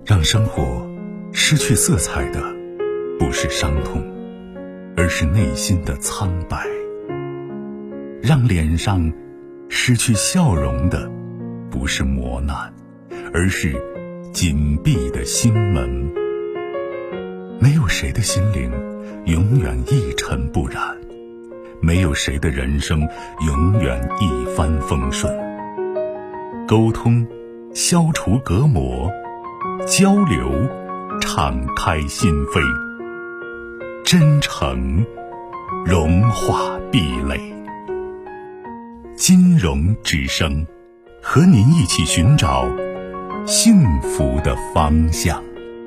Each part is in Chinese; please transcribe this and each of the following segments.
让生活失去色彩的不是伤痛，而是内心的苍白。让脸上失去笑容的不是磨难，而是紧闭的心门。没有谁的心灵永远一尘不染，没有谁的人生永远一帆风顺。沟通消除隔膜，交流敞开心扉，真诚融化壁垒。金融之声，和您一起寻找幸福的方向。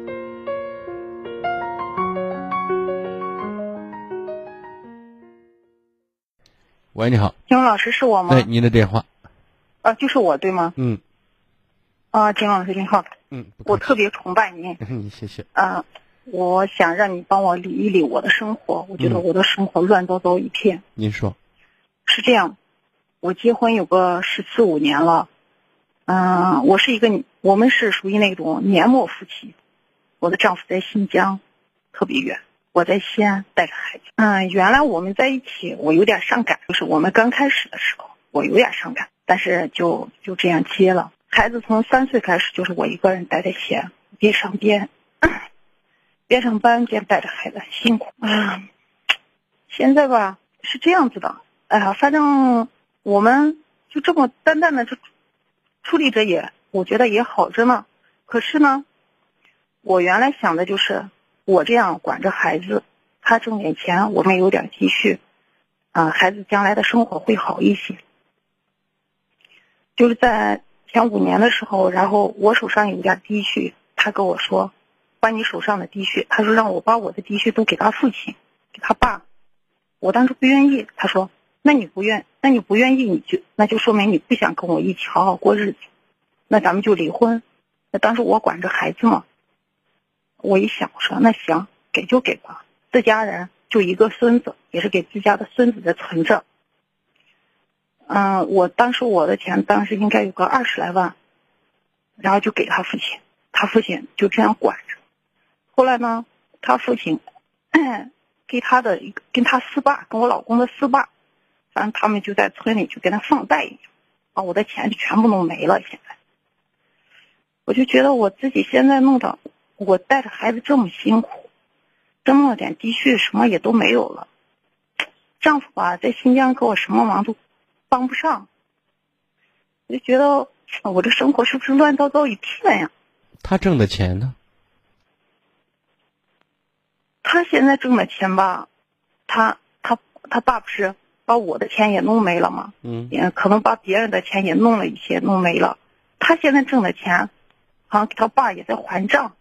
喂，你好。 金龙老师是我吗？ 对，您的电话。 就是我对吗？ 嗯。 金龙老师您好。我特别崇拜您。 谢谢。 我想让你帮我理一理我的生活，我觉得我的生活乱糟糟一片。 您说。 是这样，我结婚有个14、15年了。我们是属于那种年末夫妻。我的丈夫在新疆，特别远。我在西安带着孩子。原来我们在一起，我有点伤感，就是我们刚开始的时候，我有点伤感，但是就这样接了。孩子从3岁开始，就是我一个人带在西安，边上边上班边带着孩子，辛苦啊。现在吧是这样子的，反正我们就这么淡淡的就处理着也，我觉得也好着呢。可是呢，我原来想的就是我这样管着孩子，他挣点钱，我们有点积蓄，孩子将来的生活会好一些。就是在前5年的时候，然后我手上有点积蓄，他跟我说，把你手上的积蓄，他说让我把我的积蓄都给他父亲，给他爸。我当时不愿意，他说那你不愿意，那就说明你不想跟我一起好好过日子，那咱们就离婚。那当时我管着孩子嘛，我一想，我说那行，给就给吧，自家人就一个孙子，也是给自家的孙子在存着。我当时我的钱当时应该有个20来万，然后就给他父亲，他父亲就这样管着。后来呢，他父亲跟他四爸，跟我老公的四爸，反正他们就在村里就跟他放贷一样，把我的钱就全部弄没了。现在我就觉得我自己现在弄的，我带着孩子这么辛苦，这么点积蓄什么也都没有了。丈夫吧在新疆给我什么忙都帮不上，我就觉得我这生活是不是乱糟糟一片呀？ 他挣的钱呢？ 他现在挣的钱吧，他爸不是把我的钱也弄没了吗？也可能把别人的钱也弄了一些，弄没了。他现在挣的钱，好像他爸也在还账。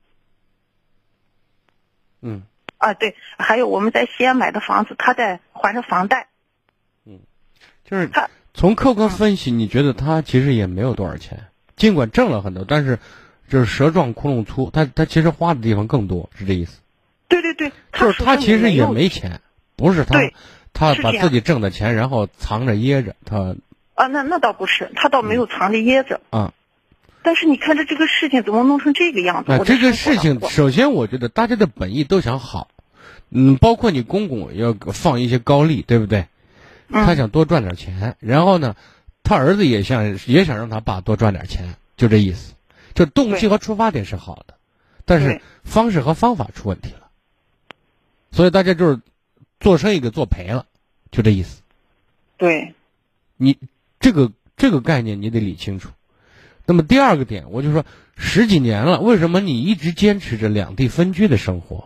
对，还有我们在西安买的房子，他在还着房贷。 就是从客观分析，你觉得他其实也没有多少钱，尽管挣了很多，但是就是蛇壮窟窿粗，他其实花的地方更多，是这意思？ 对， 就是他其实也没钱，不是他把自己挣的钱然后藏着掖着， 那倒不是，他倒没有藏着掖着。但是你看这个事情怎么弄成这个样子？ 这个事情，首先我觉得大家的本意都想好，包括你公公要放一些高利，对不对？他想多赚点钱，然后呢，他儿子也想让他爸多赚点钱，就这意思。就动机和出发点是好的，但是方式和方法出问题了，所以大家就是做生意给做赔了，就这意思。 对， 你这个概念你得理清楚。那么第二个点，我就说10几年了，为什么你一直坚持着两地分居的生活？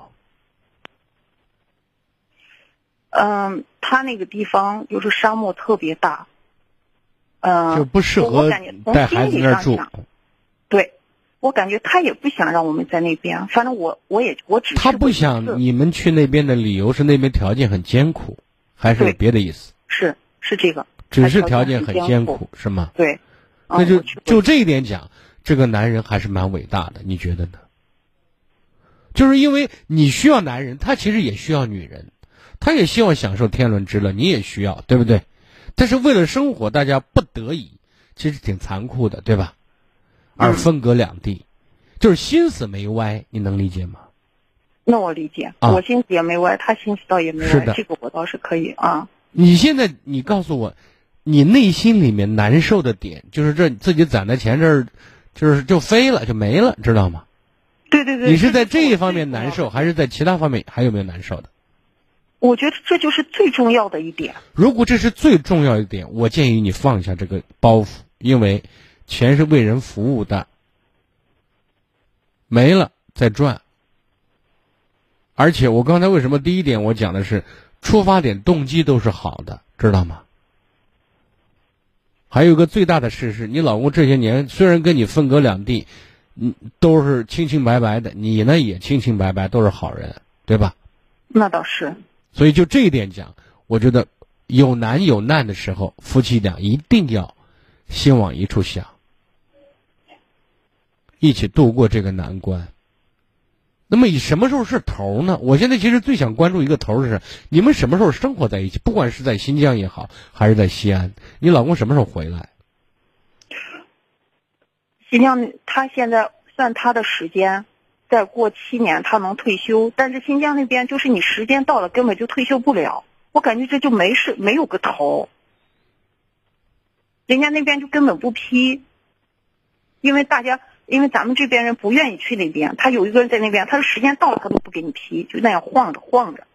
他那个地方就是沙漠特别大， 就不适合带孩子那儿住。 对，我感觉他也不想让我们在那边，反正我只是他不想你们去那边的理由是那边条件很艰苦，还是有别的意思？ 是这个， 只是条件很艰苦是吗？ 对， 那就这一点讲，这个男人还是蛮伟大的，你觉得呢？就是因为你需要男人，他其实也需要女人，他也希望享受天伦之乐，你也需要，对不对？但是为了生活，大家不得已，其实挺残酷的，对吧？而分隔两地， 就是心思没歪，你能理解吗？ 那我理解，我心思也没歪，他心思倒也没歪， 是的， 这个我倒是可以啊。 你现在你告诉我，你内心里面难受的点，就是这自己攒的钱这儿，就飞了就没了，知道吗？ 对对对。 你是在这一方面难受，还是在其他方面还有没有难受的？ 我觉得这就是最重要的一点。 如果这是最重要一点，我建议你放下这个包袱，因为钱是为人服务的，没了再赚。而且我刚才为什么第一点我讲的是出发点动机都是好的，知道吗？还有一个最大的事实，你老公这些年虽然跟你分隔两地，都是清清白白的，你呢也清清白白，都是好人，对吧？ 那倒是。 所以就这一点讲，我觉得有难有难的时候，夫妻俩一定要心往一处想，一起度过这个难关。那么以什么时候是头呢？我现在其实最想关注一个头是你们什么时候生活在一起，不管是在新疆也好，还是在西安，你老公什么时候回来？ 新疆他现在算他的时间，再过7年他能退休，但是新疆那边就是你时间到了根本就退休不了，我感觉这就没有个头，人家那边就根本不批，因为咱们这边人不愿意去那边，他有一个人在那边，他说时间到了他都不给你批，就那样晃着。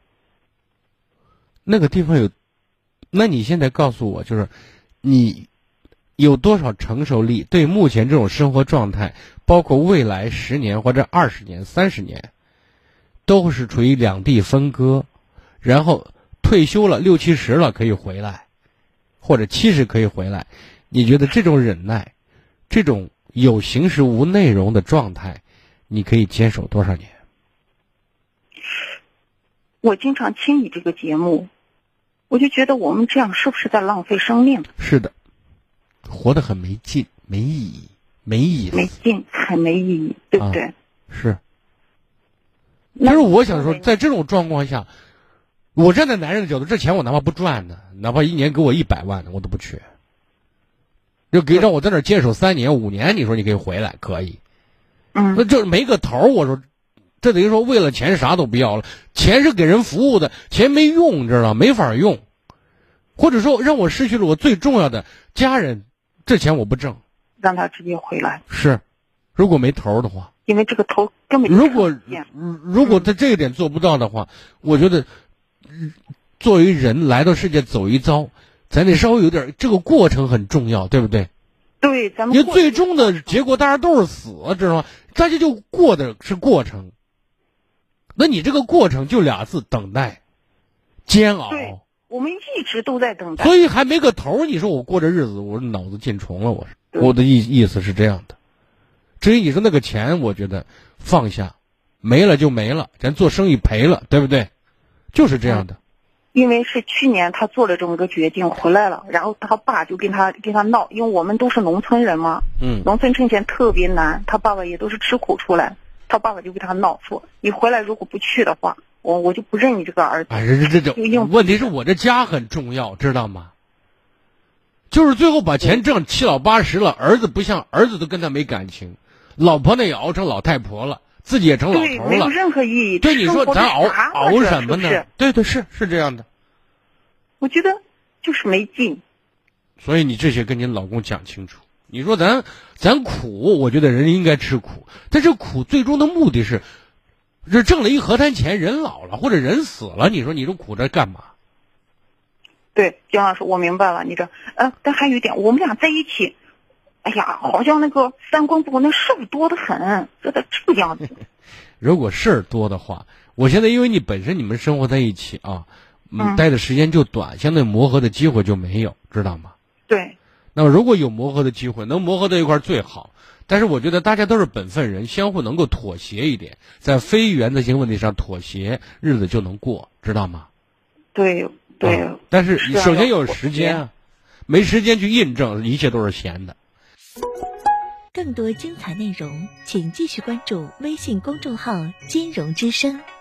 那个地方有，那你现在告诉我，就是你有多少承受力？对目前这种生活状态，包括未来10年或者20年、30年，都是处于两地分割，然后退休了60、70了可以回来，或者70可以回来。你觉得这种忍耐，这种有形式无内容的状态，你可以坚守多少年？ 我经常听你这个节目，我就觉得我们这样是不是在浪费生命？ 是的，活得很没劲，没意义，没意思， 没劲，很没意义，对不对？ 是。但是我想说，在这种状况下，我站在男人的角度，这钱我哪怕不赚呢，哪怕1年给我100万呢，我都不缺。就给让我在那儿坚守3年5年，你说你可以回来，可以。那这没个头，我说，这等于说为了钱啥都不要了，钱是给人服务的，钱没用，知道没法用，或者说让我失去了我最重要的家人，这钱我不挣， 让他直接回来。 是，如果没头的话， 因为这个头根本如果他这一点做不到的话，我觉得作为人来到世界走一遭，咱得稍微有点，这个过程很重要，对不对？ 对，咱们你最终的结果大家都是死，知道吗？大家就过的是过程，那你这个过程就俩字：等待、煎熬。 对，我们一直都在等待， 所以还没个头。你说我过着日子，我脑子进虫了，我的意思是这样的。至于你说那个钱，我觉得放下，没了就没了，咱做生意赔了，对不对？就是这样的。 因为是去年他做了这么个决定回来了，然后他爸就跟他闹，因为我们都是农村人嘛，农村挣钱特别难，他爸爸也都是吃苦出来，他爸爸就跟他闹说，你回来如果不去的话，我就不认你这个儿子。 这问题是我这家很重要，知道吗？就是最后把钱挣7老80了，儿子不像儿子都跟他没感情，老婆呢也熬成老太婆了。自己也成老头了， 对，没有任何意义。 对，你说咱熬什么呢？对，是这样的。 我觉得就是没劲。 所以你这些跟您老公讲清楚。你说咱苦，我觉得人应该吃苦，但这苦最终的目的是，这挣了一河滩钱，人老了或者人死了，你说你这苦这干嘛？ 对，姜老师，我明白了。你这但还有一点，我们俩在一起。哎呀，好像那个3观不合，那事儿多得很，这个样子。 如果事儿多的话，我现在因为你本身你们生活在一起啊，待的时间就短，相对磨合的机会就没有，知道吗？ 对。 那么如果有磨合的机会，能磨合在一块儿最好。但是我觉得大家都是本分人，相互能够妥协一点，在非原则性问题上妥协，日子就能过，知道吗？ 对。 但是首先有时间啊，没时间去印证，一切都是闲的。 更多精彩内容，请继续关注微信公众号“金融之声”。